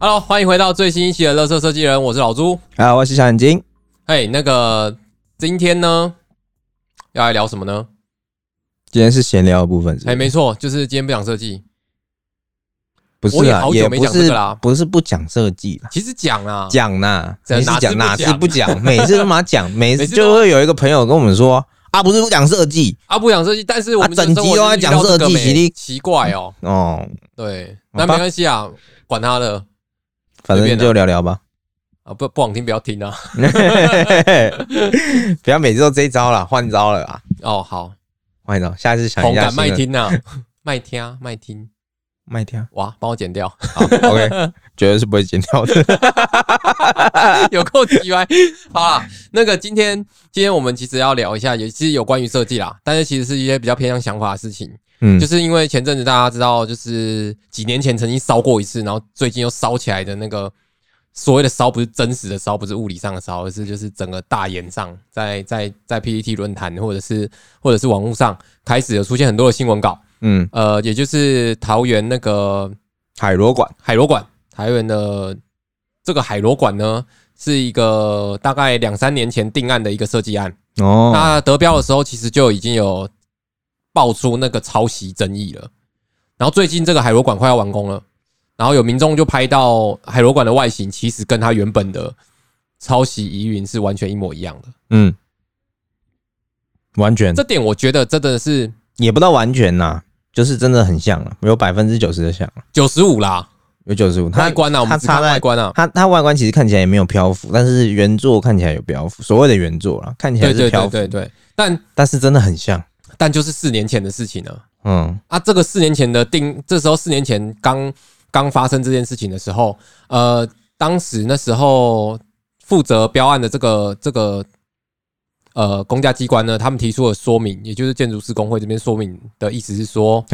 Hello， 欢迎回到最新一期的乐色设计人，我是老朱。 我是小眼睛。 那个今天呢，要来聊什么呢？ 今天是闲聊的部分是不是。 没错，就是今天不讲设计。 不是啊， 我也好久没讲这个啦。 不是不讲设计啦， 其实讲啦， 讲啦，哪次不讲？每次都嘛讲，每次就会有一个朋友跟我们说啊，不是不讲设计啊，不讲设计，但是我们整集都在讲设计， 奇怪哦。 哦， 对，那没关系啊，管他的， 反正就聊聊吧。 啊，不好听不要听啊， 不要每次都这一招啦，换招了啊。 哦，好， 换一招，下次想一下。 同感麦听啊，麦听，哇，帮我剪掉。 好 ，OK， 绝对是不会剪掉的。 有够奇怪。好啦，那个今天我们其实要聊一下，也是有关于设计啦，但是其实是一些比较偏向想法的事情。就是因为前阵子大家知道，就是几年前曾经烧过一次，然后最近又烧起来的那个所谓的烧，不是真实的烧，不是物理上的烧，而是就是整个大炎上，在 PTT 论坛或者是网络上开始有出现很多的新闻稿。也就是桃园那个海螺馆， 桃园的这个海螺馆呢，是一个大概2-3年前定案的一个设计案。哦，那得标的时候其实就已经有爆出那个抄袭争议了。然后最近这个海螺馆快要完工了，然后有民众就拍到海螺馆的外形，其实跟它原本的抄袭疑云是完全一模一样的。 完全， 这点我觉得真的是也不到完全啦。就是真的很像了，有90%的像了 ，95%啦， 有95%。 外观啊，我们只看外观啊， 它外观其实看起来也没有漂浮，但是原作看起来有漂浮。所谓的原作啦，看起来是漂浮， 对，但是真的很像， 但就是4年前的事情了。这个4年前的这时候4年前刚发生这件事情的时候，当时那时候负责标案的这个公家机关呢，他们提出的说明，也就是建筑师公会这边说明的意思是说，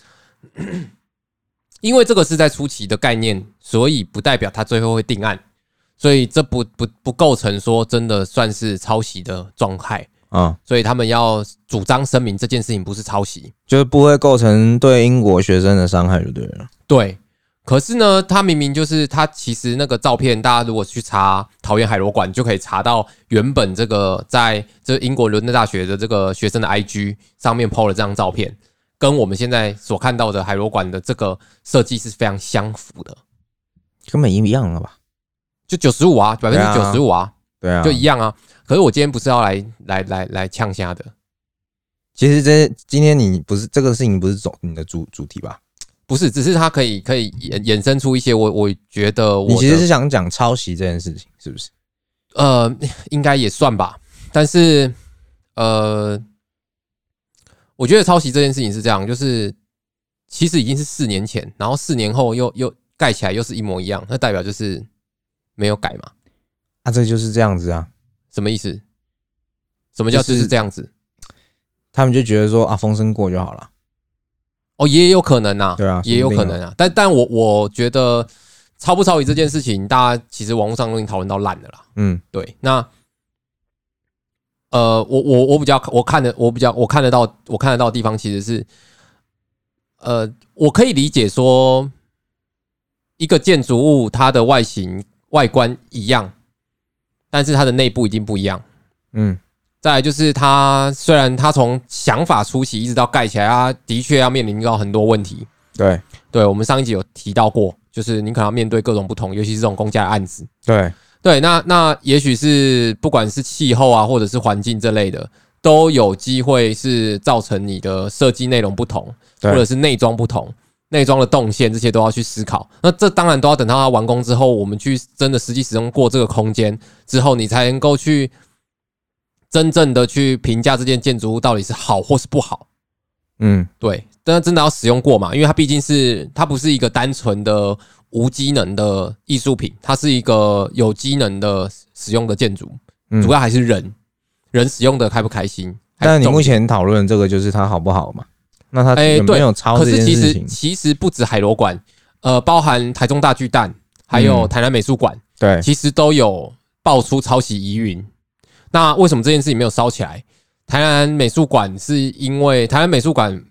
因为这个是在初期的概念，所以不代表他最后会定案，所以这不构成说真的算是抄袭的状态啊，所以他们要主张声明这件事情不是抄袭， 就是不会构成对英国学生的伤害就对了。 对。可是呢，他明明就是他其实那个照片，大家如果去查桃园海螺馆，就可以查到原本这个在这英国伦敦大学的这个学生的 IG 上面 po 了这张照片，跟我们现在所看到的海螺馆的这个设计是非常相符的， 根本一样了吧？ 就95%啊，95%啊， 对啊， 就一样啊。可是我今天不是要来呛虾的， 其实今天你不是这个事情不是走你的主题吧？ 不是，只是它可以衍生出一些我觉得你其实是想讲抄袭这件事情，是不是？ 应该也算吧。但是我觉得抄袭这件事情是这样，就是其实已经是4年前，然后4年后又盖起来又是一模一样，那代表就是没有改嘛？ 这就是这样子啊？ 什么意思？什么叫就是这样子？ 他们就觉得说风声过就好了。 也有可能啊， 对啊， 也有可能啊。但我觉得抄不抄袭这件事情，大家其实网络上都已经讨论到烂了啦。对。那我看得到的地方其实是我可以理解说一个建筑物它的外观一样，但是它的内部一定不一样。再来就是它虽然它从想法初期一直到盖起来，它的确要面临到很多问题。对，我们上一集有提到过，就是你可能要面对各种不同，尤其是这种公家的案子。对，那也许是不管是气候啊，或者是环境这类的，都有机会是造成你的设计内容不同，或者是内装不同，内装的动线这些都要去思考。那这当然都要等到它完工之后，我们去真的实际使用过这个空间之后，你才能够去真正的去评价这件建筑物到底是好或是不好。对，但真的要使用过嘛，因为它毕竟它不是一个单纯的无机能的艺术品，它是一个有机能的使用的建筑，主要还是人使用的开不开心。 但你目前讨论这个就是它好不好嘛？那它有没有抄这件事情？ 其实不止海螺馆，包含台中大巨蛋，还有台南美术馆， 对， 其实都有爆出抄袭疑云。那为什么这件事情没有烧起来？台南美术馆是因为台南美术馆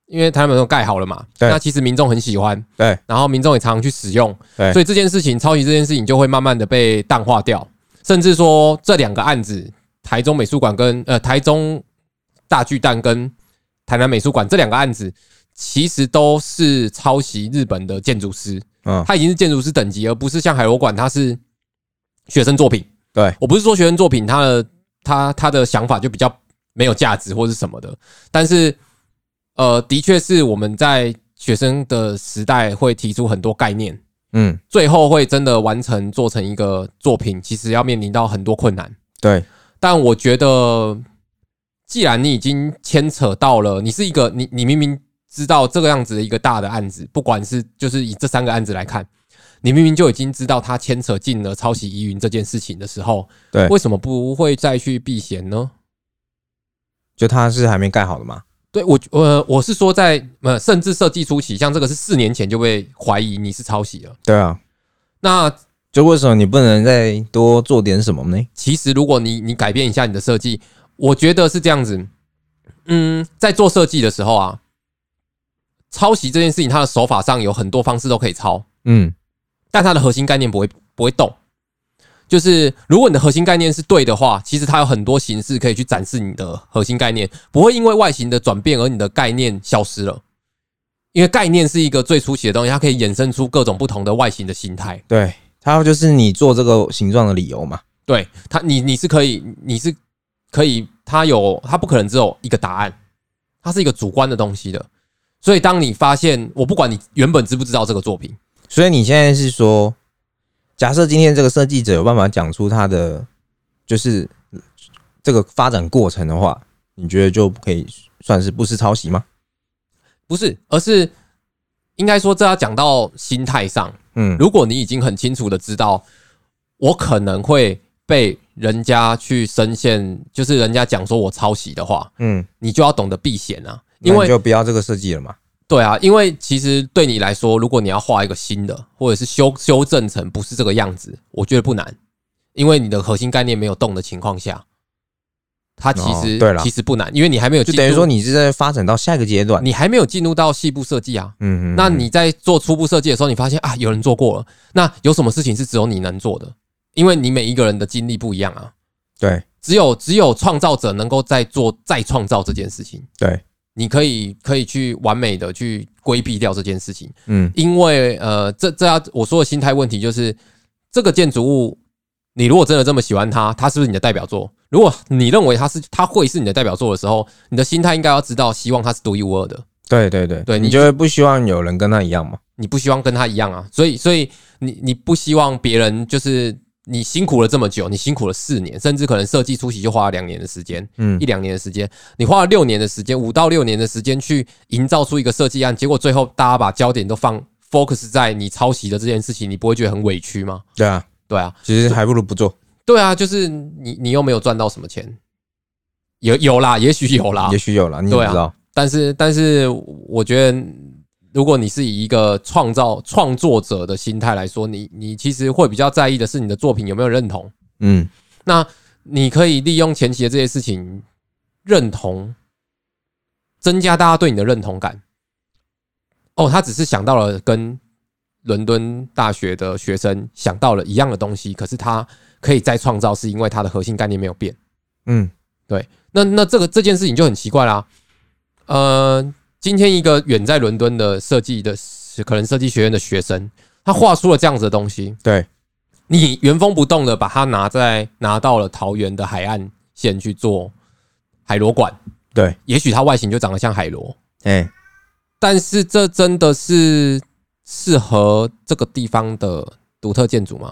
因为台南美术馆盖好了嘛，那其实民众很喜欢， 对， 然后民众也常常去使用， 对， 所以这件事情抄袭这件事情就会慢慢的被淡化掉，甚至说这2个案子，台中美术馆跟台中大巨蛋跟台南美术馆这2个案子，其实都是抄袭日本的建筑师，他已经是建筑师等级，而不是像海螺馆它是学生作品。 对， 我不是说学生作品他的想法就比较没有价值或是什么的，但是的确是我们在学生的时代会提出很多概念，最后会真的完成做成一个作品，其实要面临到很多困难。 对， 但我觉得，既然你已经牵扯到了，你是一个你明明知道这个样子的一个大的案子，不管是就是以这3个案子来看，你明明就已经知道它牵扯进了抄袭疑云这件事情的时候， 对， 为什么不会再去避嫌呢？ 就它是还没盖好的嘛？ 对，我是说在甚至设计初期，像这个是4年前就被怀疑你是抄袭了。 对啊， 那就为什么你不能再多做点什么呢？ 其实如果你改变一下你的设计，我觉得是这样子。在做设计的时候啊，抄袭这件事情，它的手法上有很多方式都可以抄，但它的核心概念不会动。就是如果你的核心概念是对的话，其实它有很多形式可以去展示你的核心概念，不会因为外形的转变而你的概念消失了。因为概念是一个最初期的东西，它可以衍生出各种不同的外形的形态。 对，它就是你做这个形状的理由嘛。 对，你是可以，它不可能只有一个答案，它是一个主观的东西的。所以当你发现，我不管你原本知不知道这个作品， 所以你现在是说，假设今天这个设计者有办法讲出他的就是这个发展过程的话，你觉得就可以算是不是抄袭吗？ 不是，而是应该说这要讲到心态上。如果你已经很清楚的知道，我可能会被人家去深陷，就是人家讲说我抄袭的话，你就要懂得避嫌啊，因为你就不要这个设计了嘛。 对啊，因为其实对你来说，如果你要画一个新的，或者是修正成不是这个样子，我觉得不难，因为你的核心概念没有动的情况下，它其实不难，因为你还没有进入， 就等于说你是在发展到下一个阶段， 你还没有进入到细部设计啊。那你在做初步设计的时候，你发现啊，有人做过了，那有什么事情是只有你能做的？因为你每一个人的经历不一样啊。 对， 只有创造者能够再创造这件事情。 对。 你可以去完美的去规避掉这件事情，因为我说的心态问题就是这个建筑物，你如果真的这么喜欢它是不是你的代表作？如果你认为它会是你的代表作的时候，你的心态应该要知道，希望它是独一无二的。 对，你就会不希望有人跟他一样嘛？你不希望跟他一样啊，所以你不希望别人就是你辛苦了这么久，你辛苦了4年，甚至可能设计初期就花了2年的时间，1-2年的时间，你花了6年的时间，5到6年的时间去营造出一个设计案，结果最后大家把焦点都focus 在你抄袭的这件事情，你不会觉得很委屈吗？ 对啊，其实还不如不做。 对啊，就是你又没有赚到什么钱，有啦，也许有啦， 你也不知道。 但是我觉得，如果你是以一个创作者的心态来说，你其实会比较在意的是你的作品有没有认同。那你可以利用前期的这些事情认同，增加大家对你的认同感。他只是想到了跟伦敦大学的学生想到了一样的东西，可是他可以再创造，是因为他的核心概念没有变。对，那这件事情就很奇怪啦。今天一个远在伦敦的可能设计学院的学生，他画出了这样子的东西， 对， 你原封不动的把它拿到了桃园的海岸线去做海螺馆， 对， 也许它外形就长得像海螺， 但是这真的是适合这个地方的独特建筑吗？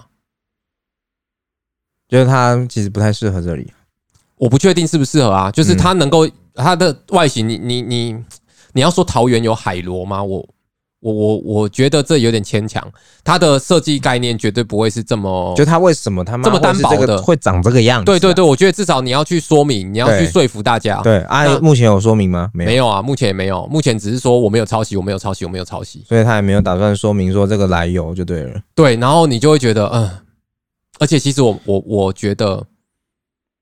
觉得它其实不太适合这里， 我不确定适不适合啊，就是它能够它的外形，你要说桃园有海螺吗？我觉得这有点牵强。它的设计概念绝对不会是这么， 就它为什么这么单薄的会长这个样子？ 对，我觉得至少你要去说明，你要去说服大家。 对啊，目前有说明吗？ 没有啊，目前也没有。目前只是说我没有抄袭， 所以他也没有打算说明说这个来由就对了。 对，然后你就会觉得，而且其实我觉得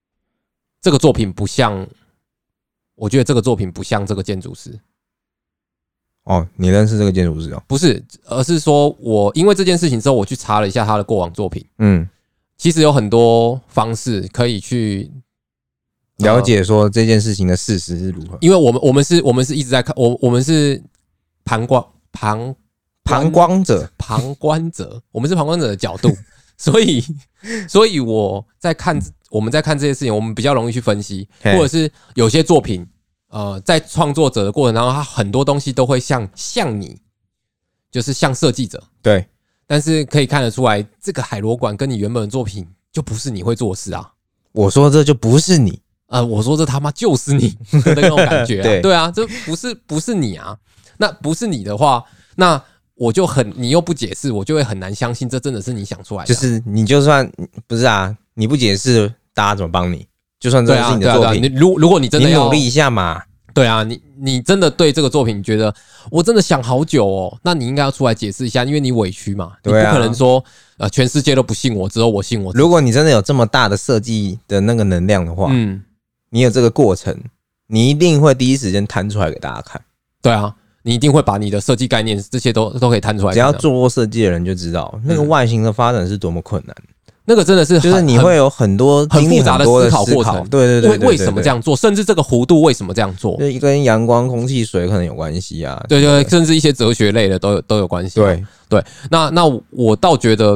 这个作品不像，我觉得这个作品不像这个建筑师。 哦，你认识这个建筑师哦？ 不是，而是说我因为这件事情之后，我去查了一下他的过往作品。其实有很多方式可以去了解说这件事情的事实是如何。 因为我们是一直在看，我们是旁观者，我们是旁观者的角度，所以我们在看这些事情，我们比较容易去分析，或者是有些作品，在创作者的过程当中，他很多东西都会像你，就是像设计者， 对， 但是可以看得出来，这个海螺馆跟你原本的作品就不是你会做的事啊。 我说这就不是你， 我说这他妈就是你的那种感觉、啊，对啊，这不是你啊。那不是你的话，那我就你又不解释，我就会很难相信这真的是你想出来的、啊。 就是你就算不是啊，你不解释，大家怎么帮你？就算这是你的作品， 如果你真的要你努力一下嘛。 对啊，你真的对这个作品觉得我真的想好久哦，那你应该要出来解释一下，因为你委屈嘛，你不可能说全世界都不信我，只有我信我。 如果你真的有这么大的设计的那个能量的话，你有这个过程，你一定会第一时间摊出来给大家看。 对啊。你一定会把你的设计概念这些都可以摊出来。 只要做过设计的人就知道，那个外形的发展是多么困难。 那个真的是就是你会有很多很复杂的思考过程。 对， 为什么这样做？甚至这个弧度为什么这样做？ 跟阳光、空气、水可能有关系啊。 对，甚至一些哲学类的都有关系。对，那我倒觉得，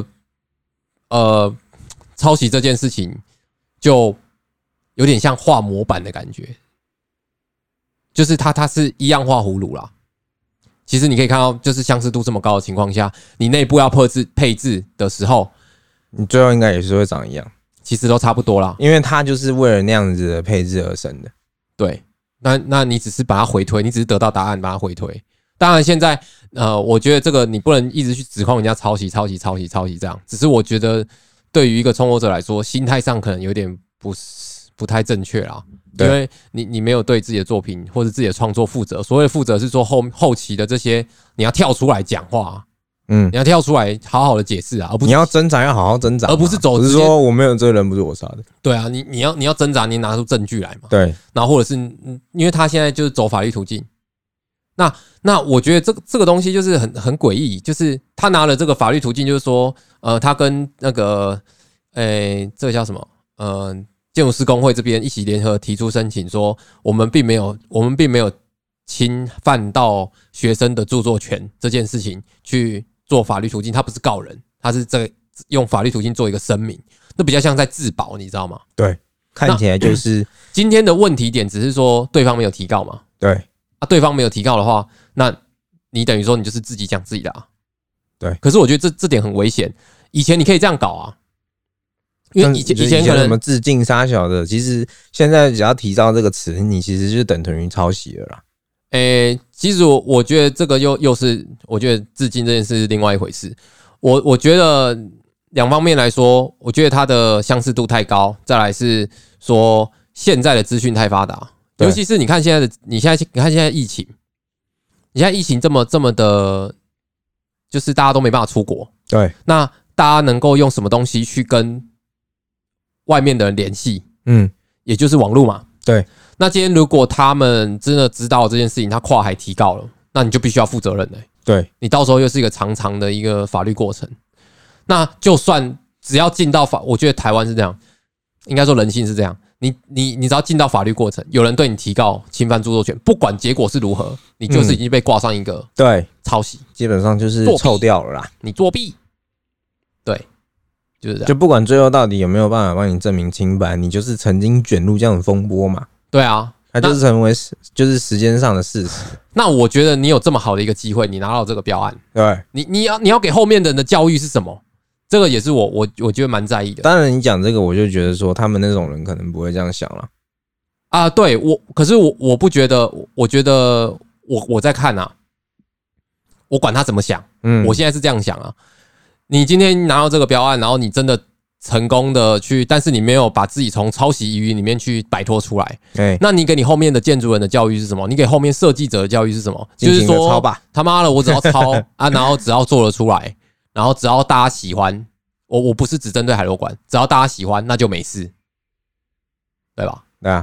抄袭这件事情就有点像画模板的感觉，就是它是一样画葫芦啦。其实你可以看到，就是相似度这么高的情况下，你内部要配置的时候， 你最后应该也是会长一样， 其实都差不多啦。 因为它就是为了那样子的配置而生的。 对，那你只是把它回推，你只是得到答案，把它回推。当然，现在我觉得这个你不能一直去指控人家抄袭这样。只是我觉得，对于一个创作者来说，心态上可能有点不太正确啦。因为你没有对自己的作品或者自己的创作负责。所谓的负责是说后期的这些，你要跳出来讲话，你要跳出来好好的解释啊，而不是你要挣扎要好好挣扎， 而不是不是说我没有这个人不是我杀的。 对啊，你要挣扎，你拿出证据来嘛。 对， 然后或者是因为他现在就是走法律途径，那我觉得这个东西就是很诡异，就是他拿了这个法律途径，就是说他跟那个这个叫什么建筑师工会这边一起联合提出申请，说我们并没有侵犯到学生的著作权这件事情去做法律途径，他不是告人，他是用法律途径做一个声明，那比较像在自保，你知道吗？ 对，看起来就是今天的问题点只是说对方没有提告嘛。 对对方没有提告的话，那你等于说你就是自己讲自己的啊。 对， 可是我觉得这点很危险，以前你可以这样搞啊。因为以前可能什么致敬杀小的，其实现在只要提到这个词，你其实就等同于抄袭了啦。 其实我觉得这个又是，我觉得致敬这件事是另外一回事。我觉得两方面来说，我觉得它的相似度太高，再来是说现在的资讯太发达，尤其是你看现在疫情，你现在疫情这么的，就是大家都没办法出国， 对， 那大家能够用什么东西去跟外面的人联系？也就是网络嘛。 对， 那今天如果他们真的知道这件事情，他跨海提告了，那你就必须要负责任对， 你到时候又是一个长的一个法律过程。那就算只要进到我觉得台湾是这样，应该说人性是这样。你只要进到法律过程，有人对你提告侵犯著作权，不管结果是如何，你就是已经被挂上一个抄袭， 基本上就是臭掉了啦。 你作弊，对。就是这样， 就不管最后到底有没有办法帮你证明清白，你就是曾经卷入这样的风波嘛。 对啊， 它就是成为就是时间上的事实。 那我觉得你有这么好的一个机会，你拿到这个标案， 对， 你要给后面的人的教育是什么？这个也是我觉得蛮在意的。 当然，你讲这个，我就觉得说他们那种人可能不会这样想了。 啊，对可是我不觉得，我觉得我在看啊，我管他怎么想，我现在是这样想啊。你今天拿到这个标案，然后你真的成功的但是你没有把自己从抄袭疑云里面去摆脱出来，那你给你后面的建筑人的教育是什么？你给后面设计者的教育是什么？就是说他妈的，我只要抄啊，然后只要做得出来，然后只要大家喜欢，我不是只针对海螺馆，只要大家喜欢，那就没事，对吧？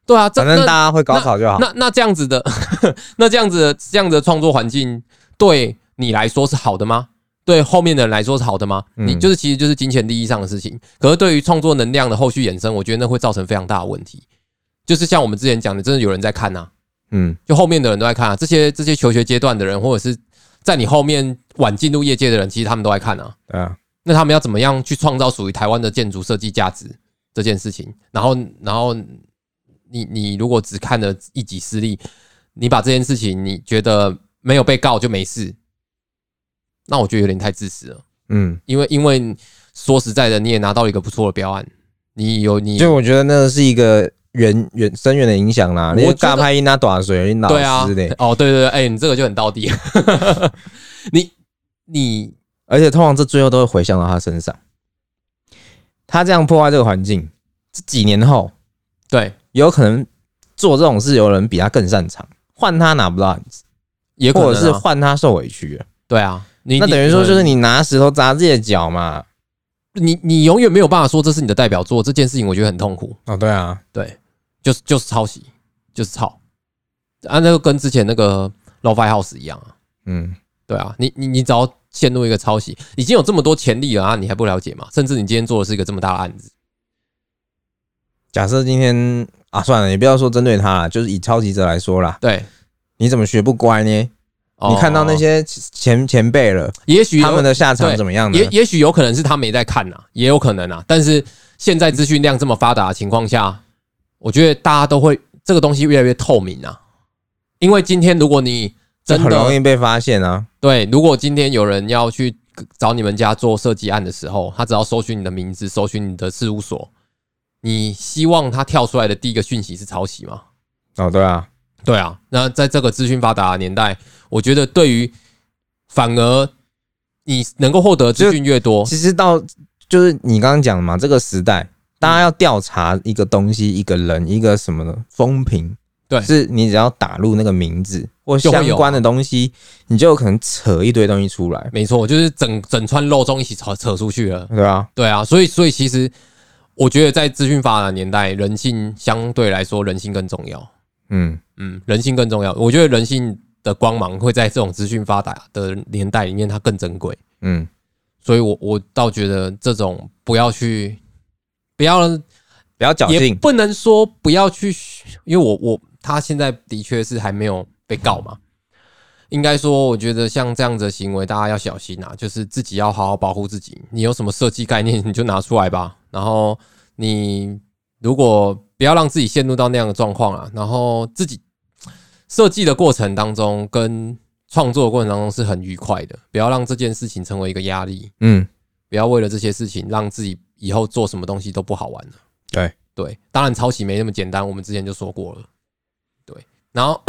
对啊， 反正大家会高潮就好。 那这样子的，这样子的创作环境，对你来说是好的吗？对后面的人来说是好的吗？你其实就是金钱利益上的事情。可是对于创作能量的后续衍生，我觉得那会造成非常大的问题。就是像我们之前讲的，真的有人在看啊，就后面的人都在看啊，这些求学阶段的人，或者是在你后面晚进入业界的人，其实他们都在看啊。 对啊， 那他们要怎么样去创造属于台湾的建筑设计价值这件事情？然后你如果只看了一己私利，你把这件事情你觉得没有被告就没事，那我觉得有点太自私了。因为说实在的，你也拿到了一个不错的标案， 就我觉得那个是一个深远的影响啦。你尬拍音拿大水，你老师的哦，对，你这个就很道地。你， 而且通常这最后都会回向到他身上。他这样破坏这个环境，这几年后， 对， 有可能做这种事，有人比他更擅长，换他拿不到案子， 也可能或者是换他受委屈了。 对啊， 那等于说就是你拿石头砸自己的脚嘛。 你永远没有办法说这是你的代表作，这件事情我觉得很痛苦。 哦，对啊， 对，就是抄袭，就是抄啊，那个跟之前那个 Lo-Fi House 一样啊。对啊，你只要陷入一个抄袭，已经有这么多潜力了啊，你还不了解吗？甚至你今天做的是一个这么大的案子。 假设今天啊，算了，你不要说针对他啦，就是以抄袭者来说啦。 对， 你怎么学不乖呢？你看到那些前辈了， 也许他们的下场怎么样呢？ 也许有可能是他没在看啊，也有可能啊。但是现在资讯量这么发达的情况下，我觉得大家都会这个东西越来越透明啊。因为今天如果你真的很容易被发现啊， 对，如果今天有人要去找你们家做设计案的时候，他只要搜寻你的名字，搜寻你的事务所，你希望他跳出来的第一个讯息是抄袭吗？ 哦，对啊。 对啊，那在这个资讯发达的年代，我觉得对于反而你能够获得资讯越多， 其实就是你刚刚讲的嘛，这个时代大家要调查一个东西、一个人、一个什么的风评， 对， 是你只要打入那个名字或相关的东西，你就有可能扯一堆东西出来。 没错，就是整串肉粽一起扯出去了。 对啊， 对啊，所以其实我觉得在资讯发达的年代，人性相对来说人性更重要。人性更重要。我觉得人性的光芒会在这种资讯发达的年代里面，它更珍贵。所以我倒觉得这种不要侥幸，也不能说不要去，因为他现在的确是还没有被告嘛。应该说，我觉得像这样子的行为，大家要小心啊，就是自己要好好保护自己。你有什么设计概念，你就拿出来吧。然后你如果不要让自己陷入到那样的状况啊，然后自己设计的过程当中跟创作的过程当中是很愉快的，不要让这件事情成为一个压力。不要为了这些事情让自己以后做什么东西都不好玩了。对，当然抄袭没那么简单，我们之前就说过了。对，然后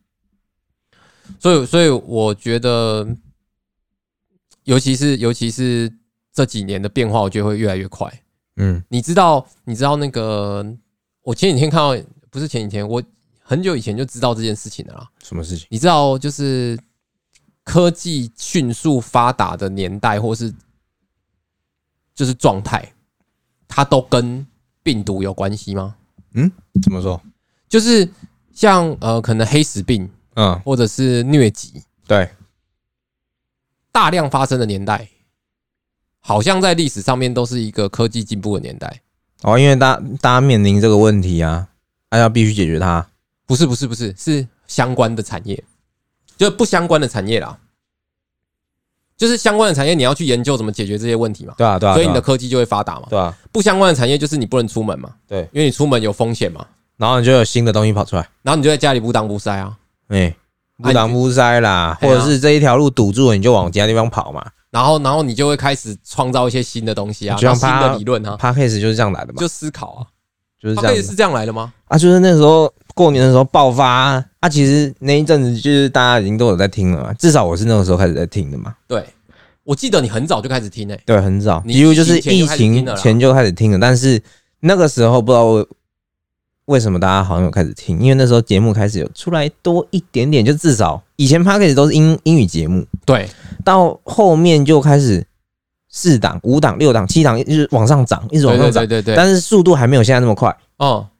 所以我觉得，尤其是这几年的变化，我觉得会越来越快。你知道那个，我前几天看到，不是前几天，我很久以前就知道这件事情了啦。 什么事情？ 你知道，就是科技迅速发达的年代，或是就是状态，它都跟病毒有关系吗？ 怎么说？ 就是像可能黑死病，或者是疟疾， 对， 大量发生的年代。好像在历史上面都是一个科技进步的年代哦，因为大家面临这个问题啊，要必须解决它。 不是，是相关的产业，就是不相关的产业啦。就是相关的产业，你要去研究怎么解决这些问题嘛。 对啊， 所以你的科技就会发达嘛。 对啊， 不相关的产业就是你不能出门嘛。 对， 因为你出门有风险嘛。 然后你就有新的东西跑出来， 然后你就在家里不当不塞啊。 不当不塞啦，或者是这一条路堵住了，你就往其他地方跑嘛。 然后你就会开始创造一些新的东西啊，新的理论啊。 Podcast 就是这样来的嘛， 就思考啊， 就是这样。 Podcast 是这样来的吗？ 就是那时候过年的时候爆发啊，其实那一阵子就是大家已经都有在听了嘛，至少我是那个时候开始在听的嘛。 对，我记得你很早就开始听对，很早，几乎就是疫情前就开始听了，但是那个时候不知道为什么大家好像有开始听，因为那时候节目开始有出来多一点点，就至少以前 Podcast 都是英语节目， 对， 到后面就开始4档、5档、6档、7档，一直往上涨，一直往上涨， 对。 但是速度还没有现在那么快。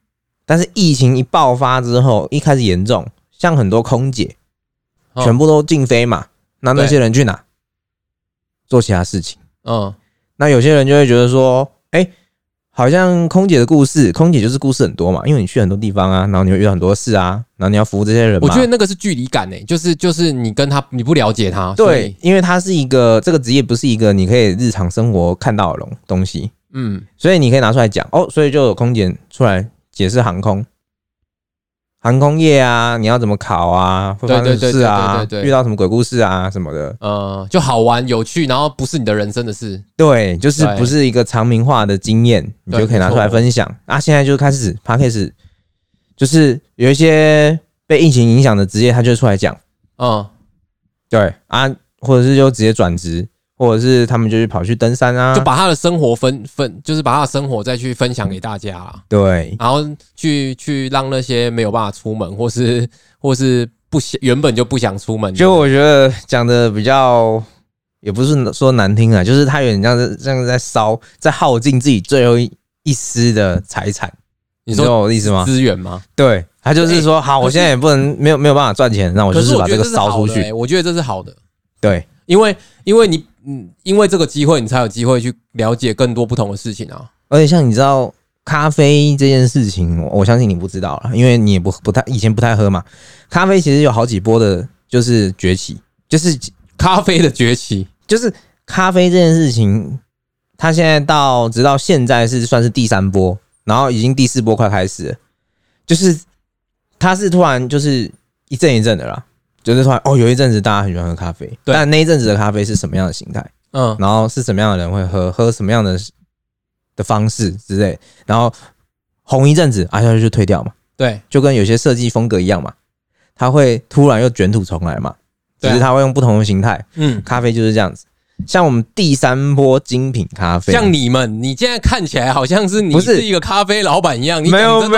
但是疫情一爆发之后，一开始严重，像很多空姐全部都禁飞嘛，那些人去哪？做其他事情。那有些人就会觉得说，好像空姐的故事，空姐就是故事很多嘛，因为你去很多地方啊，然后你会遇到很多事啊，然后你要服务这些人嘛。 我觉得那个是距离感就是你跟他你不了解他， 对，因为他是一个这个职业不是一个你可以日常生活看到的东西，所以你可以拿出来讲所以就有空姐出来解释航空业啊，你要怎么考啊，会发生事啊，遇到什么鬼故事啊什么的， 就好玩有趣，然后不是你的人生的事， 对，就是不是一个长明化的经验，你就可以拿出来分享啊。现在就开始 Podcast， 就是有一些被疫情影响的职业，他就出来讲，对啊，或者是就直接转职。或者是他们就去跑去登山啊， 就把他的生活就是把他的生活再去分享给大家啦。 对， 然后去让那些没有办法出门，或是原本就不想出门， 就我觉得讲的比较也不是说难听啊，就是他有点这样在耗尽自己最后一丝的财产。你知道我的意思吗？ 资源吗？ 对，他就是说，好，我现在也不能没有办法赚钱，那我就是把这个烧出去。 我觉得这是好的， 对， 因为这个机会，你才有机会去了解更多不同的事情啊。 而且像你知道咖啡这件事情，我相信你不知道了，因为你也不太以前不太喝嘛。咖啡其实有好几波的，就是崛起，就是咖啡的崛起， 就是咖啡这件事情，它现在直到现在是算是第3波，然后已经第4波快开始了，就是它是突然就是一阵一阵的啦。就是突然有一阵子大家很喜欢喝咖啡，但那一阵子的咖啡是什么样的形态？然后是什么样的人会喝什么样的方式之类，然后红一阵子，就退掉嘛。对，就跟有些设计风格一样嘛，它会突然又卷土重来嘛，只是它会用不同的形态。咖啡就是这样子。像我们第3波精品咖啡， 像你现在看起来好像是你是一个咖啡老板一样， 没有，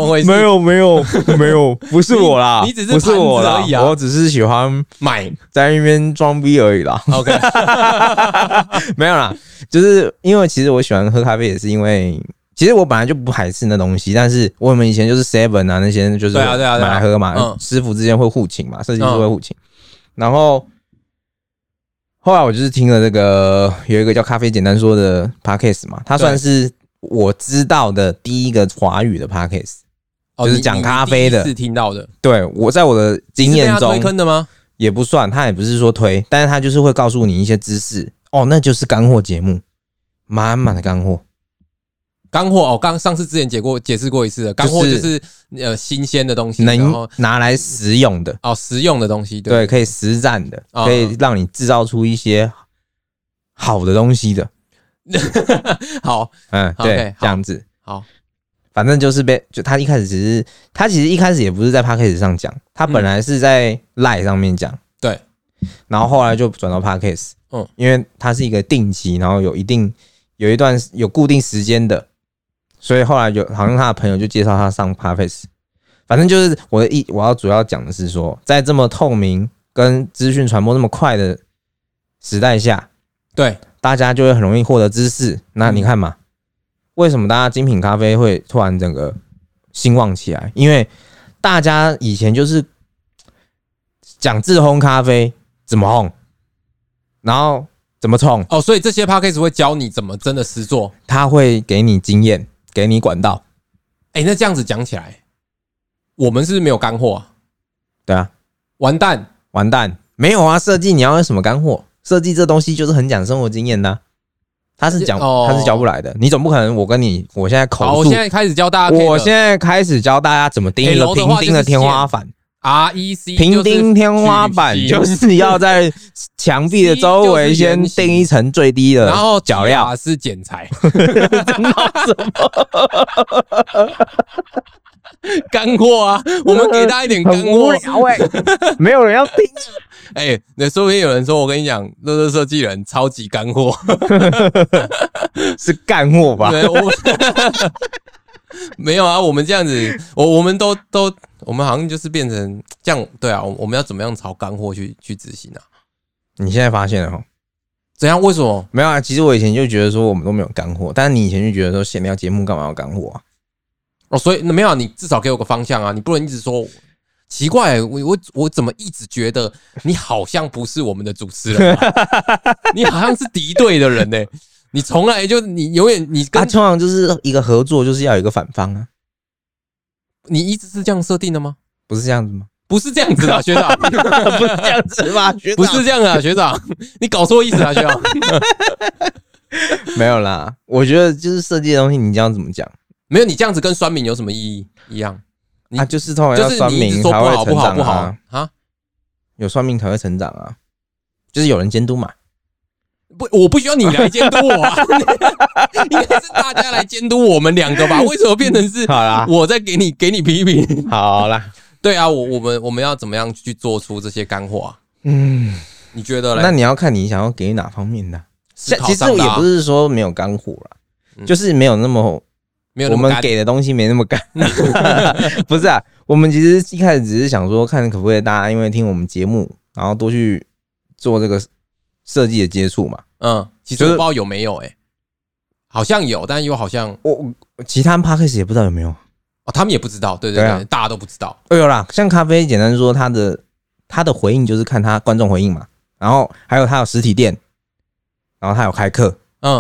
不是我啦， 你只是不是我啦而已啊， 我只是喜欢买在那边装逼而已啦。 OK， 没有啦，就是因为其实我喜欢喝咖啡，也是因为其实我本来就不排斥那东西，但是我们以前就是 Seven 啊那些就是买来喝嘛，师傅之间会互请嘛，设计师会互请，然后。后来我就是听了这个有一个叫咖啡简单说的 podcast 嘛，它算是我知道的第一个华语的 podcast，就是讲咖啡的。 你第一次听到的？ 对，我在我的经验中， 是被他推坑的吗？ 也不算，他也不是说推，但是他就是会告诉你一些知识。那就是干货节目，满满的干货。 干货上次之前解释过一次的，干货就是新鲜的东西， 能拿来食用的实用的东西， 对，可以实战的，可以让你制造出一些好的东西的。 好， 对，这样子， 好， 反正就是他一开始其实一开始也不是在 Podcast 上讲，他本来是在 LINE 上面讲， 对， 然后后来就转到 Podcast，因为它是一个定期，然后有一段有固定时间的。所以后来好像他的朋友就介绍他上 Podcast， 反正就是我要主要讲的是说，在这么透明跟资讯传播那么快的时代下，对大家就会很容易获得知识。那你看嘛，为什么大家精品咖啡会突然整个兴旺起来？因为大家以前就是讲自烘咖啡怎么烘，然后怎么冲所以这些 Podcast 会教你怎么真的实做， 他会给你经验。给你管道， 那这样子讲起来，我们是不是没有干货啊？ 对啊， 完蛋， 没有啊！设计你要有什么干货？设计这东西就是很讲生活经验的，他是教不来的。你总不可能我现在口述， 我现在开始教大家怎么钉一个平钉的天花板。 REC 平钉天花板就是要在墙壁的周围先钉一层最低的， 然后脚料是剪裁。 什么干货啊？我们给他一点干货。 没有人要听。 那说不定有人说，我跟你讲，乐乐设计人超级干货， 是干货吧？ 没有啊，我们这样子，我们都我们好像就是变成这样，对啊，我们要怎么样朝干货去执行啊？ 你现在发现了齁？ 怎样？为什么？ 没有啊，其实我以前就觉得说我们都没有干货，但是你以前就觉得说闲聊节目干嘛要干货啊？ 所以没有，你至少给我个方向啊，你不能一直说奇怪，我怎么一直觉得你好像不是我们的主持人、啊，你好像是敌对的人呢、欸。你从来就你永远你跟通常就是一个合作，就是要有一个反方啊。 你一直是这样设定的吗？ 不是这样子吗？ 不是这样子啊，学长， 不是这样子吗？学长不是这样啊，学长，你搞错意思啊，学长。 没有啦，我觉得就是设计的东西，你这样怎么讲？ 没有，你这样子跟酸民有什么意义一样？ 就是通常要酸民才会成长啊， 有酸民才会成长啊，就是有人监督嘛。 不，我不需要你来监督我啊，应该是大家来监督我们两个吧？为什么变成是我在给你批评？ 好啦， 对啊，我们要怎么样去做出这些干货啊？你觉得嘞？ 那你要看你想要给哪方面的。其实也不是说没有干货啦，就是没有那么我们给的东西没那么干。不是啊，我们其实一开始只是想说，看可不可以大家因为听我们节目，然后多去做这个设计的接触嘛。 其实我不知道有没有好像有，但又好像其他 podcast 也不知道有没有他们也不知道，对，大家都不知道。 有啦，像咖啡简单说，他的回应就是看他观众回应嘛，然后还有他有实体店，然后他有开课，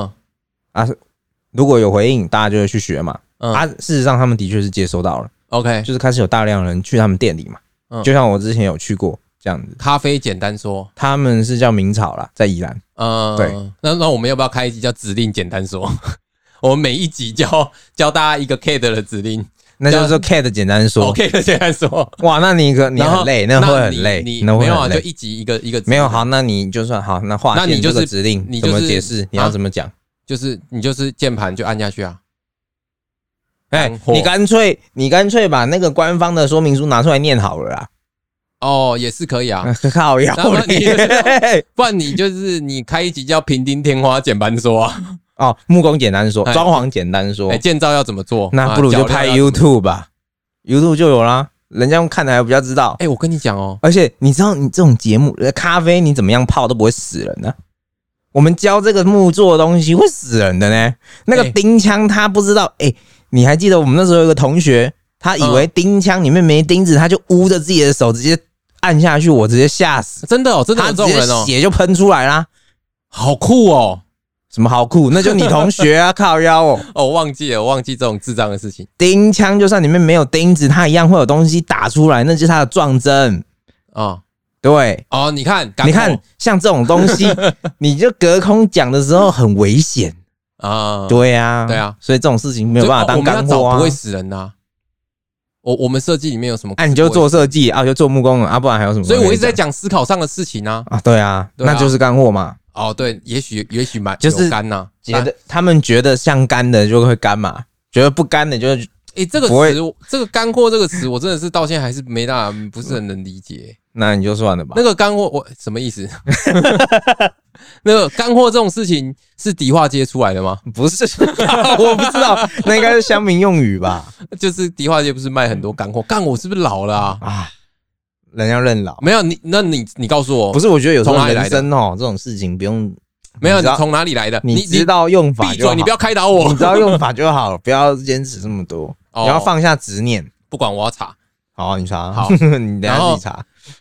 如果有回应，大家就会去学嘛。事实上他们的确是接收到了 ，OK， 就是开始有大量人去他们店里嘛，就像我之前有去过这样子。 咖啡简单说， 他们是叫明草啦，在宜兰。对， 那我们要不要开一集叫指令简单说？我们每一集教大家一个 CAD 的指令， 那就是说 CAD 简单说。 CAD 的简单说， 哇，那你很累，那会很累。 没有啊，就一集一个没有好，那你就算好，那划线这个指令怎么解释？你要怎么讲？ 就是你就是键盘就按下去啊。 你干脆把那个官方的说明书拿出来念好了啦。 也是可以啊， 靠腰嘞！ 不然你就是你开一集叫平钉天花简单说啊。 木工简单说，装潢简单说， 建造要怎么做？ 那不如就拍 YouTube 吧，YouTube 就有啦，人家看的还比较知道。 我跟你讲哦， 而且你知道，你这种节目咖啡你怎么样泡都不会死人的。我们教这个木做的东西会死人的呢。那个钉枪他不知道，你还记得我们那时候有个同学，他以为钉枪里面没钉子，他就捂着自己的手直接按下去，我直接吓死。 真的真的有这种人血就喷出来啦， 好酷哦！ 什么好酷？那就你同学啊，靠腰哦！ 我忘记这种智障的事情。 钉枪就算里面没有钉子，它一样会有东西打出来，那就是它的撞针对你看像这种东西，你就隔空讲的时候很危险对啊，所以这种事情没有办法当干货不会死人的我们设计里面有什么？ 你就做设计就做木工不然还有什么？ 所以我一直在讲思考上的事情对啊，那就是干货嘛。 对，也许就是干呐， 他们觉得像干的就会干嘛，觉得不干的就这个词，这个干货这个词，我真的是到现在还是没大，不是很能理解。 那你就算了吧。 那个干货，我什么意思？那个干货这种事情是迪化街出来的吗？ 不是，我不知道，那应该是乡民用语吧。 就是迪化街不是卖很多干货？干我是不是老了人要认老。 没有你告诉我， 不是？我觉得有时候人生这种事情不用。 没有，你从哪里来的？ 你知道用法就好。 闭嘴！你不要开导我。 你知道用法就好，不要坚持这么多。你要放下执念。 不管，我要查。 好，你查。 好， 你等一下自己查。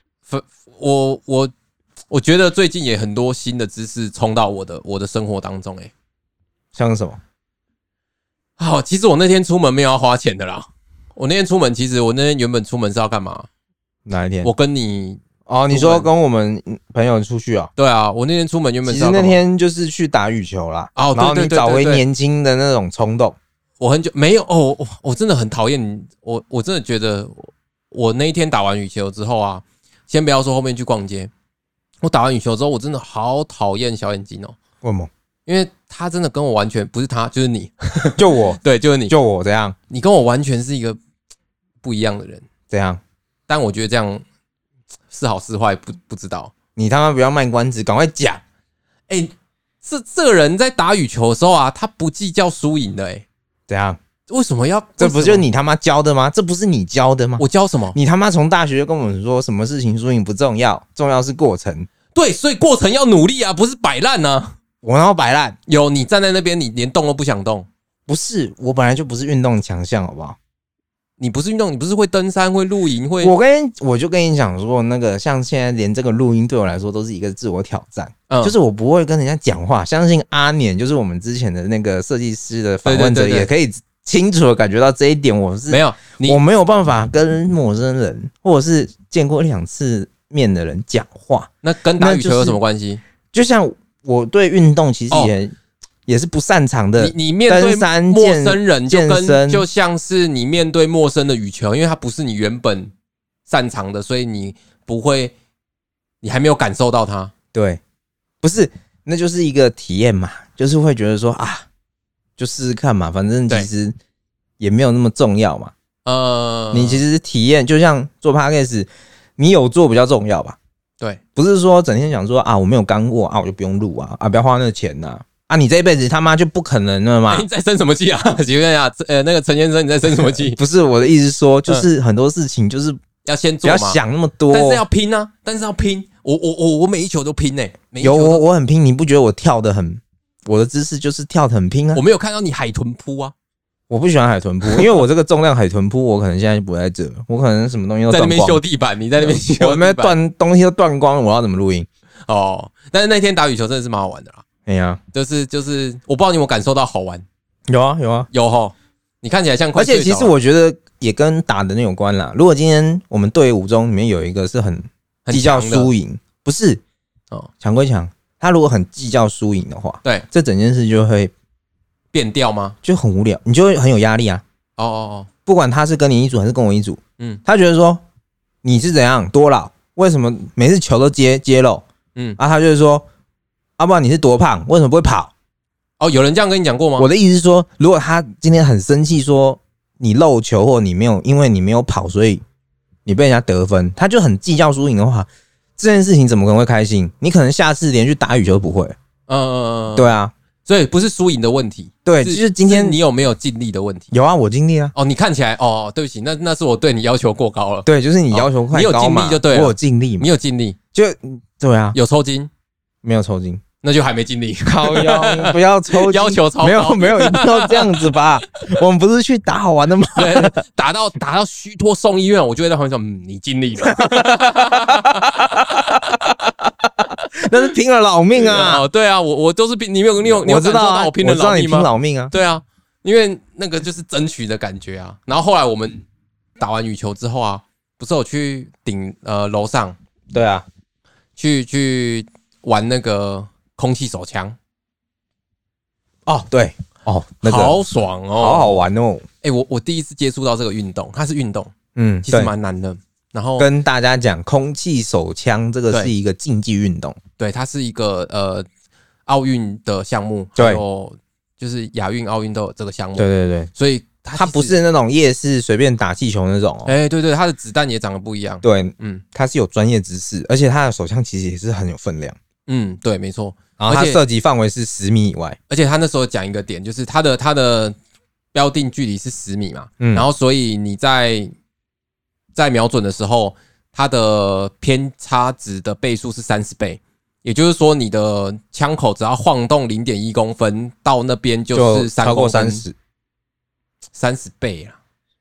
我觉得最近也很多新的知识冲到我的生活当中像什么？ 其实我那天出门没有要花钱的啦。我那天出门，其实我那天原本出门是要干嘛？ 哪一天？ 我跟你你说跟我们朋友出去对啊，我那天出门原本是其实那天就是去打羽球啦。然后你找回年轻的那种冲动。 我很久没有我真的很讨厌我真的觉得我那一天打完羽球之后先不要说后面去逛街，我打完羽球之后，我真的好讨厌小眼睛为什么？ 因为他真的跟我完全不是他，就是你， 就我， 对，就是你， 就我这样， 你跟我完全是一个不一样的人， 这样。 但我觉得这样是好是坏不知道。 你他妈不要卖关子，赶快讲。 这个人在打羽球的时候他不计较输赢的怎样？ 为什么要？ 这不就是你他妈教的吗？这不是你教的吗？ 我教什么？ 你他妈从大学就跟我们说，什么事情输赢不重要，重要是过程。 对，所以过程要努力不是摆烂我哪有摆烂？ 有，你站在那边，你连动都不想动。 不是，我本来就不是运动强项，好不好？ 你不是运动，你不是会登山、会露营、会…… 我就跟你讲说，那个像现在连这个录音对我来说都是一个自我挑战，就是我不会跟人家讲话。相信阿年就是我们之前的那个设计师的访问者，也可以清楚的感觉到这一点。我没有办法跟陌生人或者是见过1-2次面的人讲话。 那跟打羽球有什么关系？ 就像我对运动其实也是不擅长的。 你面对陌生人就像是你面对陌生的羽球，因为它不是你原本擅长的，所以你不会，你还没有感受到它。 对，不是，那就是一个体验嘛，就是会觉得说啊，就试试看嘛，反正其实也没有那么重要嘛。你其实体验就像做 podcast， 你有做比较重要吧？ 对， 不是说整天讲说啊，我没有干过啊，我就不用录啊，不要花那个钱呐。你这一辈子他妈就不可能了嘛！ 你在生什么气啊？请问一下，那个陈先生，你在生什么气？ 不是我的意思说，就是很多事情就是要先做嘛， 不要想那么多， 但是要拼啊！我每一球都拼我很拼，你不觉得我跳得很？我的姿势就是跳得很拼啊！ 我没有看到你海豚扑啊！ 我不喜欢海豚扑，因为我这个重量海豚扑，我可能现在就不在这，我可能什么东西都在那边修地板，你在那边修地板， 我那边东西都断光了，我要怎么录音？ 但是那天打羽球真的是蛮好玩的啦。 哎呀， 就是我不知道你有没有感受到好玩。 有齁， 你看起来像快睡着了。 而且其实我觉得也跟打的那有关啦。如果今天我们队伍中里面有一个是很计较输赢，不是强归强，他如果很计较输赢的话， 对， 这整件事就会变掉吗？ 就很无聊，你就会很有压力啊。不管他是跟你一组还是跟我一组，他觉得说你是怎样多老，为什么每次球都接漏？他就是说。不然你是多胖，为什么不会跑？ 有人这样跟你讲过吗？ 我的意思是说，如果他今天很生气，说你漏球或你没有，因为你没有跑，所以你被人家得分，他就很计较输赢的话，这件事情怎么可能会开心？你可能下次连续打羽球都不会。对啊， 所以不是输赢的问题， 对，就是今天你有没有尽力的问题。 有啊，我尽力啊。 你看起来对不起，那是我对你要求过高了。 对，就是你要求太高嘛， 你有尽力就对了， 我有尽力嘛， 你有尽力就对啊， 有抽筋没有抽筋？ 那就还没尽力。 靠腰，不要抽筋， 要求超高， 没有一定要这样子吧？我们不是去打好玩的吗？ 对，打到虚脱送医院，我就会在旁边说，你尽力了。 那是拼了老命啊！ 对啊，我都是拼，你有我知道啊， 我拼了老命吗？ 拼老命啊！ 对啊，因为那个就是争取的感觉啊。然后后来我们打完羽球之后啊，不是有去楼上？ 对啊， 去玩那个空气手枪。 对那个好爽哦， 好好玩哦。 我第一次接触到这个运动，它是运动，其实蛮难的。然后跟大家讲，空气手枪这个是一个竞技运动， 对，它是一个奥运的项目，还有就是亚运、奥运都有这个项目， 对， 所以它不是那种夜市随便打气球那种对，它的子弹也长得不一样， 对，它是有专业知识，而且它的手枪其实也是很有分量， 对，没错， 然后它射击范围是10米以外， 而且他那时候讲一个点，就是它的标定距离是10米嘛，然后所以你在瞄准的时候，它的偏差值的倍数是30倍，也就是说，你的枪口只要晃动0.1公分，到那边就是3公分，超过30倍啦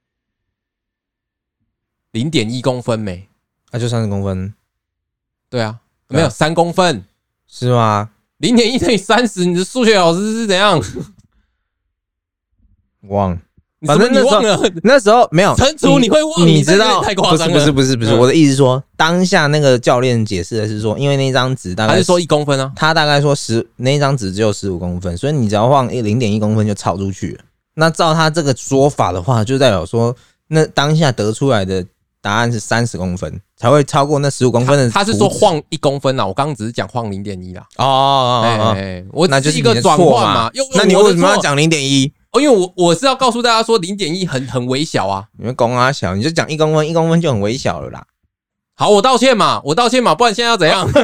，0.1公分没？ 那就30公分。 对啊，没有3公分是吗 ？0.1乘以30，你的数学老师是怎样？ 忘了。 反正那时候没有乘除，你会忘？ 你知道？ 太夸张了！ 不是，我的意思是说，当下那个教练解释的是说，因为那张纸大概他是说1公分啊， 他大概说那张纸只有15公分，所以你只要晃0.1公分就超出去了。那照他这个说法的话，就代表说，那当下得出来的答案是30公分，才会超过那15公分的。 他是说晃1公分啊，我刚刚只是讲晃0.1啦。我那就是一个转换嘛。 那你为什么要讲0.1？ 因为我是要告诉大家说0.1很微小啊， 你们公啊小，你就讲1公分，1公分就很微小了啦。 好，我道歉嘛，不然现在要怎样？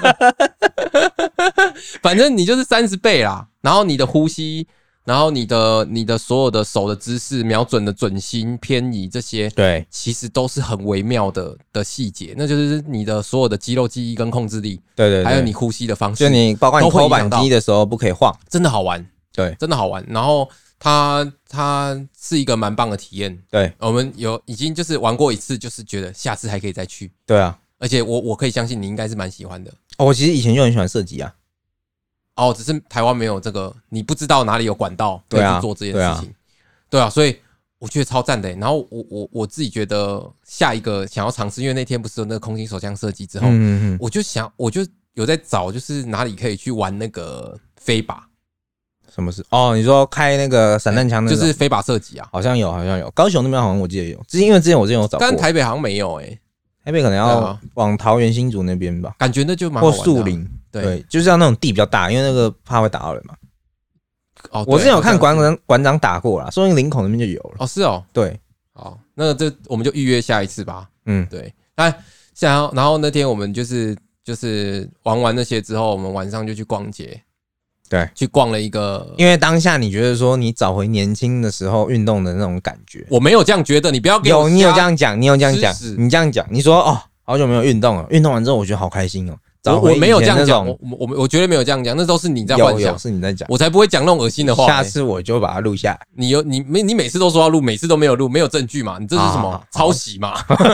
反正你就是30倍啦，然后你的呼吸，然后你的所有的手的姿势、瞄准的准心、偏移这些， 对， 其实都是很微妙的细节，那就是你的所有的肌肉记忆跟控制力， 对， 还有你呼吸的方式， 就你包括你扣扳机的时候不可以晃， 真的好玩。 对， 真的好玩。然后它是一个蛮棒的体验。 对， 我们已经就是玩过一次，就是觉得下次还可以再去。 对啊， 而且我可以相信你应该是蛮喜欢的。 我其实以前就很喜欢射击啊。 只是台湾没有这个，你不知道哪里有管道可以去做这件事情。对啊，所以我觉得超赞的。然后我自己觉得下一个想要尝试，因为那天不是有那个空心手枪射击之后，我就有在找，就是哪里可以去玩那个飞靶。 什么事？你说开那个散弹枪那种， 就是飞靶射击啊？ 好像有。高雄那边好像我记得有，因为之前我有找过， 但台北好像没有台北可能要往桃园新竹那边吧， 感觉那就蛮好玩的。 或树林，对，就是要那种地比较大，因为那个怕会打到人嘛。我之前有看馆长打过啦，说不定林口那边就有了。 是哦， 对， 好，那我们就预约下一次吧。对。然后那天我们就是玩完那些之后，我们晚上就去逛街。 对， 去逛了一个， 因为当下你觉得说你找回年轻的时候运动的那种感觉， 我没有这样觉得，你不要给我你有这样讲，你这样讲，你说好久没有运动了，运动完之后我觉得好开心哦。 我没有这样讲，我绝对没有这样讲，那都是你在幻想， 是你在讲， 我才不会讲那种恶心的话。 下次我就把它录下来。 你每次都说要录，每次都没有录，没有证据嘛？你这是什么抄袭嘛？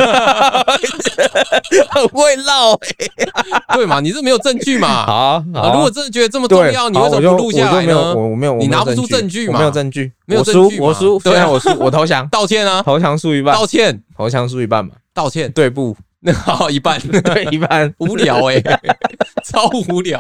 很会唠对嘛？你这没有证据嘛？ 好， 如果真的觉得这么重要，你为什么不录下来呢？ 我没有， 你拿不出证据嘛？ 没有证据， 没有证据， 我输，对啊，我输，我投降， 道歉啊， 投降输一半， 道歉， 投降输一半嘛， 道歉， 对不？ 那好，一半， 对，一半， 无聊超无聊。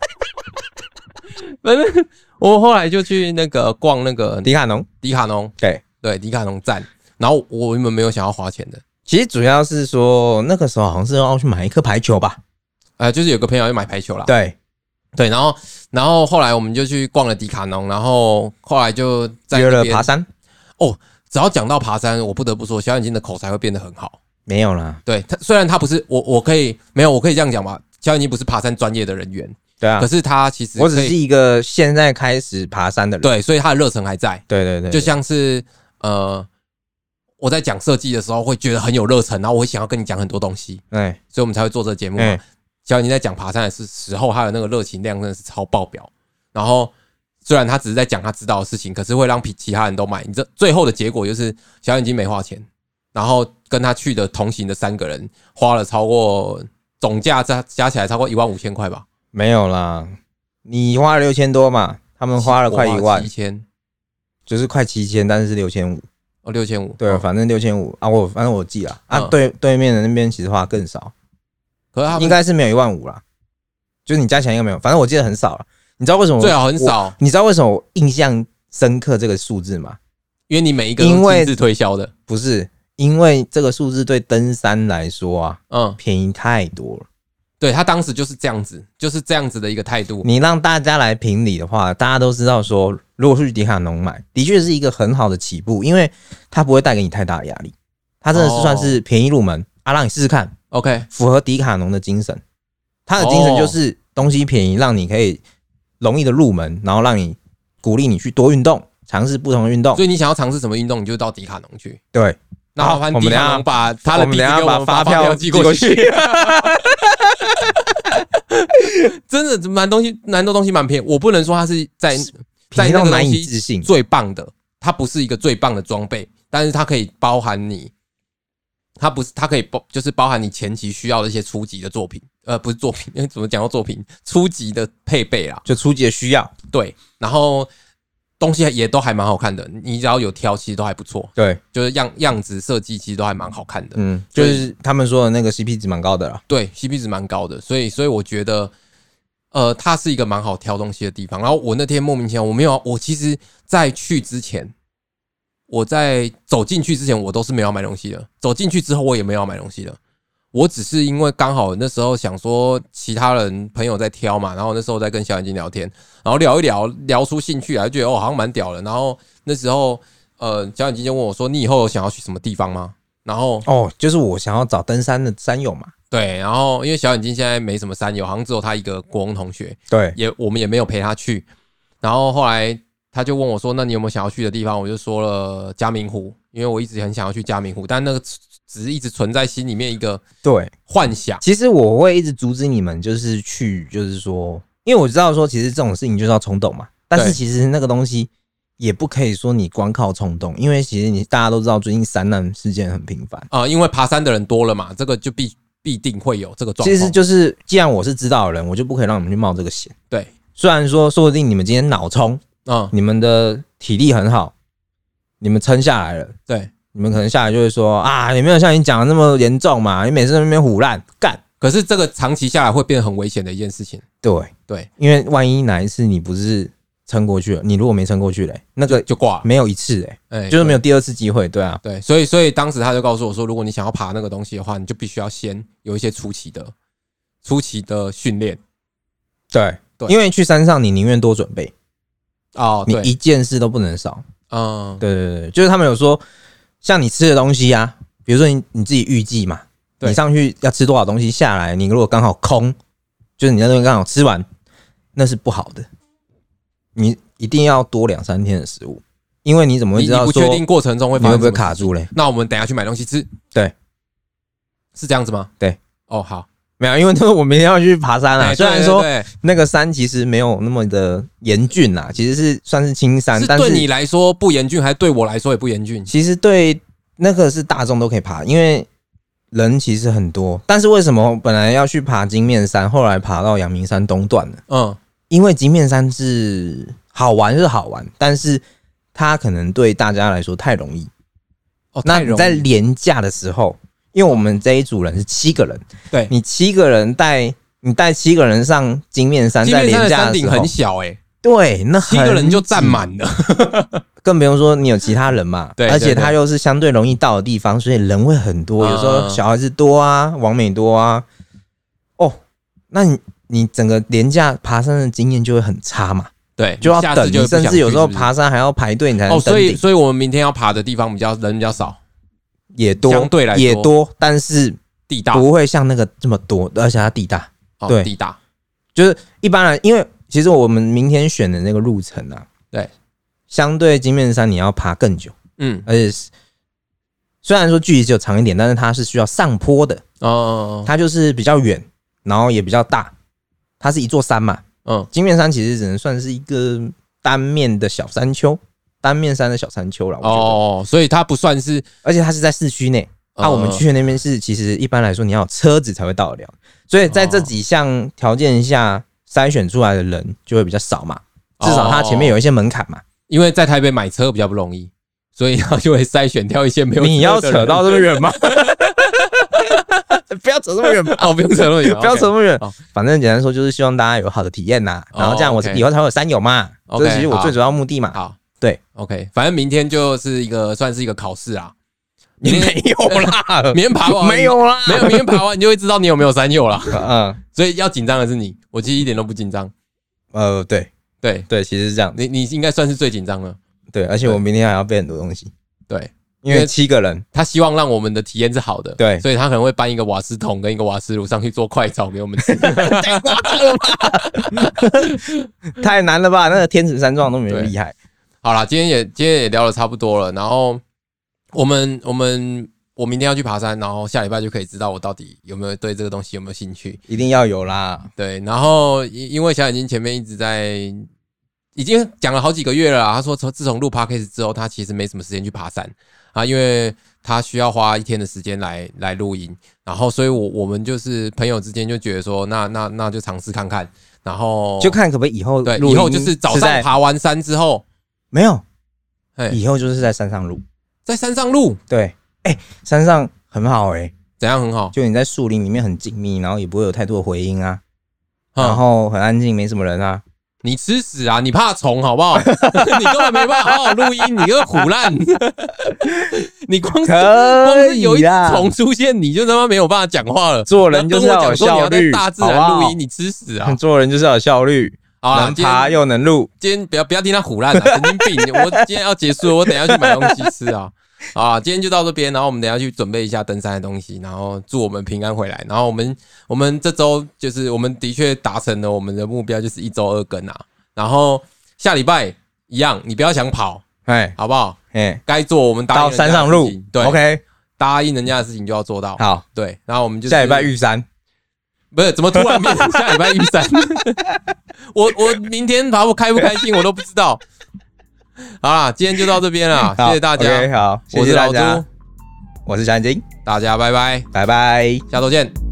反正我后来就去那个逛那个迪卡侬， 对，迪卡侬站。然后我原本没有想要花钱的， 其实主要是说那个时候好像是要去买一颗排球吧， 就是有个朋友要买排球啦。 对， 然后后来我们就去逛了迪卡侬，然后后来就在约了爬山。 只要讲到爬山，我不得不说小眼睛的口才会变得很好。 没有啦， 对，虽然他不是我可以这样讲吧，小眼睛不是爬山专业的人员， 对啊， 可是他其实我只是一个现在开始爬山的人， 对，所以他的热忱还在， 对， 就像是我在讲设计的时候会觉得很有热忱，然后我会想要跟你讲很多东西，所以我们才会做这个节目嘛。小眼睛在讲爬山的时候，他的那个热情量真的是超爆表，然后虽然他只是在讲他知道的事情，可是会让其他人都买，你这最后的结果就是小眼睛没花钱。然后跟他去的同行的3个人花了超过总价加起来超过15000块吧？没有啦，你花了6000多嘛，他们花了快1万 ，7000， 就是快7000，但是是6500。 6500， 对，反正6500啊，反正我记了对面的那边其实花更少， 可是他应该是没有15000啦，就是你加起来应该没有，反正我记得很少了。你知道为什么最好很少？ 你知道为什么我印象深刻这个数字吗？ 因为你每一个都亲自推销的， 不是。因为这个数字对登山来说便宜太多了。 对，他当时就是这样子的一个态度。 你让大家来评理的话，大家都知道说，如果去迪卡侬买，的确是一个很好的起步，因为它不会带给你太大的压力，它真的是算是便宜入门让你试试看。 OK， 符合迪卡侬的精神，它的精神就是东西便宜，让你可以容易的入门，然后让你鼓励你去多运动，尝试不同的运动。 所以你想要尝试什么运动，你就到迪卡侬去。 对。 然后我们迪卡侬把他的地址给我们发票寄过去。 真的蛮多东西蛮便宜，我不能说它是在那个东西最棒的，它不是一个最棒的装备，但是它可以包含你，它可以就是包含你前期需要的一些初级的作品，不是作品，因为怎么讲到作品，初级的配备啦， 就初级的需要。对， 然后东西也都还蛮好看的，你只要有挑，其实都还不错。 对， 就是样子设计其实都还蛮好看的。 就是他们说的那个 CP 值蛮高的啦。 对 ，CP 值蛮高的，所以我觉得，它是一个蛮好挑东西的地方。然后我那天莫名其妙，我其实在去之前，我在走进去之前，我都是没有买东西的。走进去之后，我也没有买东西的。我只是因为刚好那时候想说其他人朋友在挑嘛，然后那时候在跟小眼睛聊天，然后聊一聊出兴趣来，就觉得好像蛮屌的。然后那时候小眼睛就问我说：“你以后有想要去什么地方吗？”然后就是我想要找登山的山友嘛。 对，然后因为小眼睛现在没什么山友，好像只有他一个国中同学， 对， 我们也没有陪他去。然后后来他就问我说：“那你有没有想要去的地方？”我就说了嘉明湖，因为我一直很想要去嘉明湖，但那个只是一直存在心里面一个幻想。 其实我会一直阻止你们，就是去，就是说，因为我知道说，其实这种事情就是要冲动嘛。 但是其实那个东西也不可以说你光靠冲动，因为其实大家都知道最近山难事件很频繁因为爬山的人多了嘛，这个就必定会有这个状况。 其实就是既然我是知道的人，我就不可以让你们去冒这个险。 对， 虽然说不定你们今天脑冲，你们的体力很好，你们撑下来了， 对， 你们可能下来就会说啊，也没有像你讲的那么严重嘛，你每次在那边唬烂干。 可是这个长期下来会变得很危险的一件事情。 对，因为万一哪一次你不是撑过去了，你如果没撑过去嘞，那个就挂了， 没有一次就是没有第二次机会。对啊， 对，所以当时他就告诉我说，如果你想要爬那个东西的话，你就必须要先有一些初期的训练。 对，因为去山上你宁愿多准备你一件事都不能少。对，就是他们有说，像你吃的东西啊，比如说你自己预计嘛，你上去要吃多少东西下来，你如果刚好空，就是你那东西刚好吃完，那是不好的。你一定要多2-3天的食物，因为你怎么会知道说你不确定过程中会发生什么事情， 你会不会卡住嘞？ 那我们等一下去买东西吃。 对， 是这样子吗？ 对， 好， 没有，因为我明天要去爬山啦。虽然说那个山其实没有那么的严峻啦，其实是算是轻山，但是对你来说不严峻，还是对我来说也不严峻？ 其实对那个是大众都可以爬，因为人其实很多。但是为什么本来要去爬金面山，后来爬到阳明山东段呢？因为金面山是好玩，但是它可能对大家来说太容易。那你在连假的时候，因为我们这一组人是7个人， 对， 你7个人带7个人上金面山，在连假的时候， 金面山的山顶很小对，那 7个人就站满了， 更不用说你有其他人嘛。对，而且它又是相对容易到的地方，所以人会很多，有时候小孩子多啊，网美多啊。那你整个连假爬山的经验就会很差嘛。 对， 就要等，你甚至有时候爬山还要排队你才能登顶。 所以我们明天要爬的地方人比较少， 也多， 相对来说也多，但是地大， 不会像那个这么多，而且它地大。对， 地大， 就是一般人，因为其实我们明天选的那个路程啊， 对， 相对金面山你要爬更久，而且虽然说距离只有长一点，但是它是需要上坡的，它就是比较远，然后也比较大，它是一座山嘛。金面山其实只能算是一个单面的小山丘，单面山的小山丘啦。 所以它不算是， 而且它是在市区内。我们去的那边是，其实一般来说你要有车子才会到得了，所以在这几项条件下筛选出来的人就会比较少嘛，至少它前面有一些门槛嘛。 因为在台北买车比较不容易，所以它就会筛选掉一些没有车的人。 你要扯到这么远吗？不要扯这么远吧！ 不用扯那么远， 不要扯那么远。反正简单说，就是希望大家有好的体验呐，然后这样我以后才会有山友嘛。这其实我最主要目的嘛。 好， 对 ，OK， 反正明天就是算是一个考试啊。 你没有啦， 明天爬完没有啦， 没有，明天爬完你就会知道你有没有山友啦。所以要紧张的是你，我其实一点都不紧张。对，其实是这样。你应该算是最紧张了。 对，而且我明天还要背很多东西。 对。 因为7个人， 他希望让我们的体验是好的，对，所以他可能会搬一个瓦斯桶跟一个瓦斯炉上去做快炒给我们吃。 太夸张了吧！太难了吧？那个天子山庄都没有厉害。 好啦，今天也聊得差不多了，然后我明天要去爬山，然后下礼拜就可以知道我到底有没有对这个东西有没有兴趣。 一定要有啦。 对，然后因为小眼睛前面已经讲了好几个月了啦，他说自从录 Podcast 之后，他其实没什么时间去爬山啊，因为他需要花1天的时间来录音，然后所以我们就是朋友之间就觉得说，那就尝试看看，然后就看可不可以以后对，以后就是早上爬完山之后没有，以后就是在山上录， 在山上录， 对，山上很好怎样很好？ 就你在树林里面很紧密，然后也不会有太多的回音啊，然后很安静，没什么人啊。 你吃屎啊！你怕虫好不好？你根本没办法好好录音，你个唬烂！你光是有一只虫出现，你就他妈没有办法讲话了。 做人就是要有效率， 大自然录音，你吃屎啊！ 做人就是要有效率，能爬又能录。 今天不要听他唬烂了，神经病！我今天要结束了，我等一下去买东西吃啊！好，今天就到这边，然后我们等一下去准备一下登山的东西，然后祝我们平安回来。然后我们这周就是我们的确达成了我们的目标，就是1周2更啊。然后下礼拜一样，你不要想跑，好不好？该做我们答应人家的事情，到山上录，对 ，OK， 答应人家的事情就要做到。好，对，然后我们就是下礼拜玉山， 不是怎么突然变成下礼拜3？我明天跑步开不开心我都不知道。好啦，今天就到这边了，谢谢大家。 OK， 好， 我是老朱， 我是小眼睛， 大家拜拜， 拜拜， 下周见。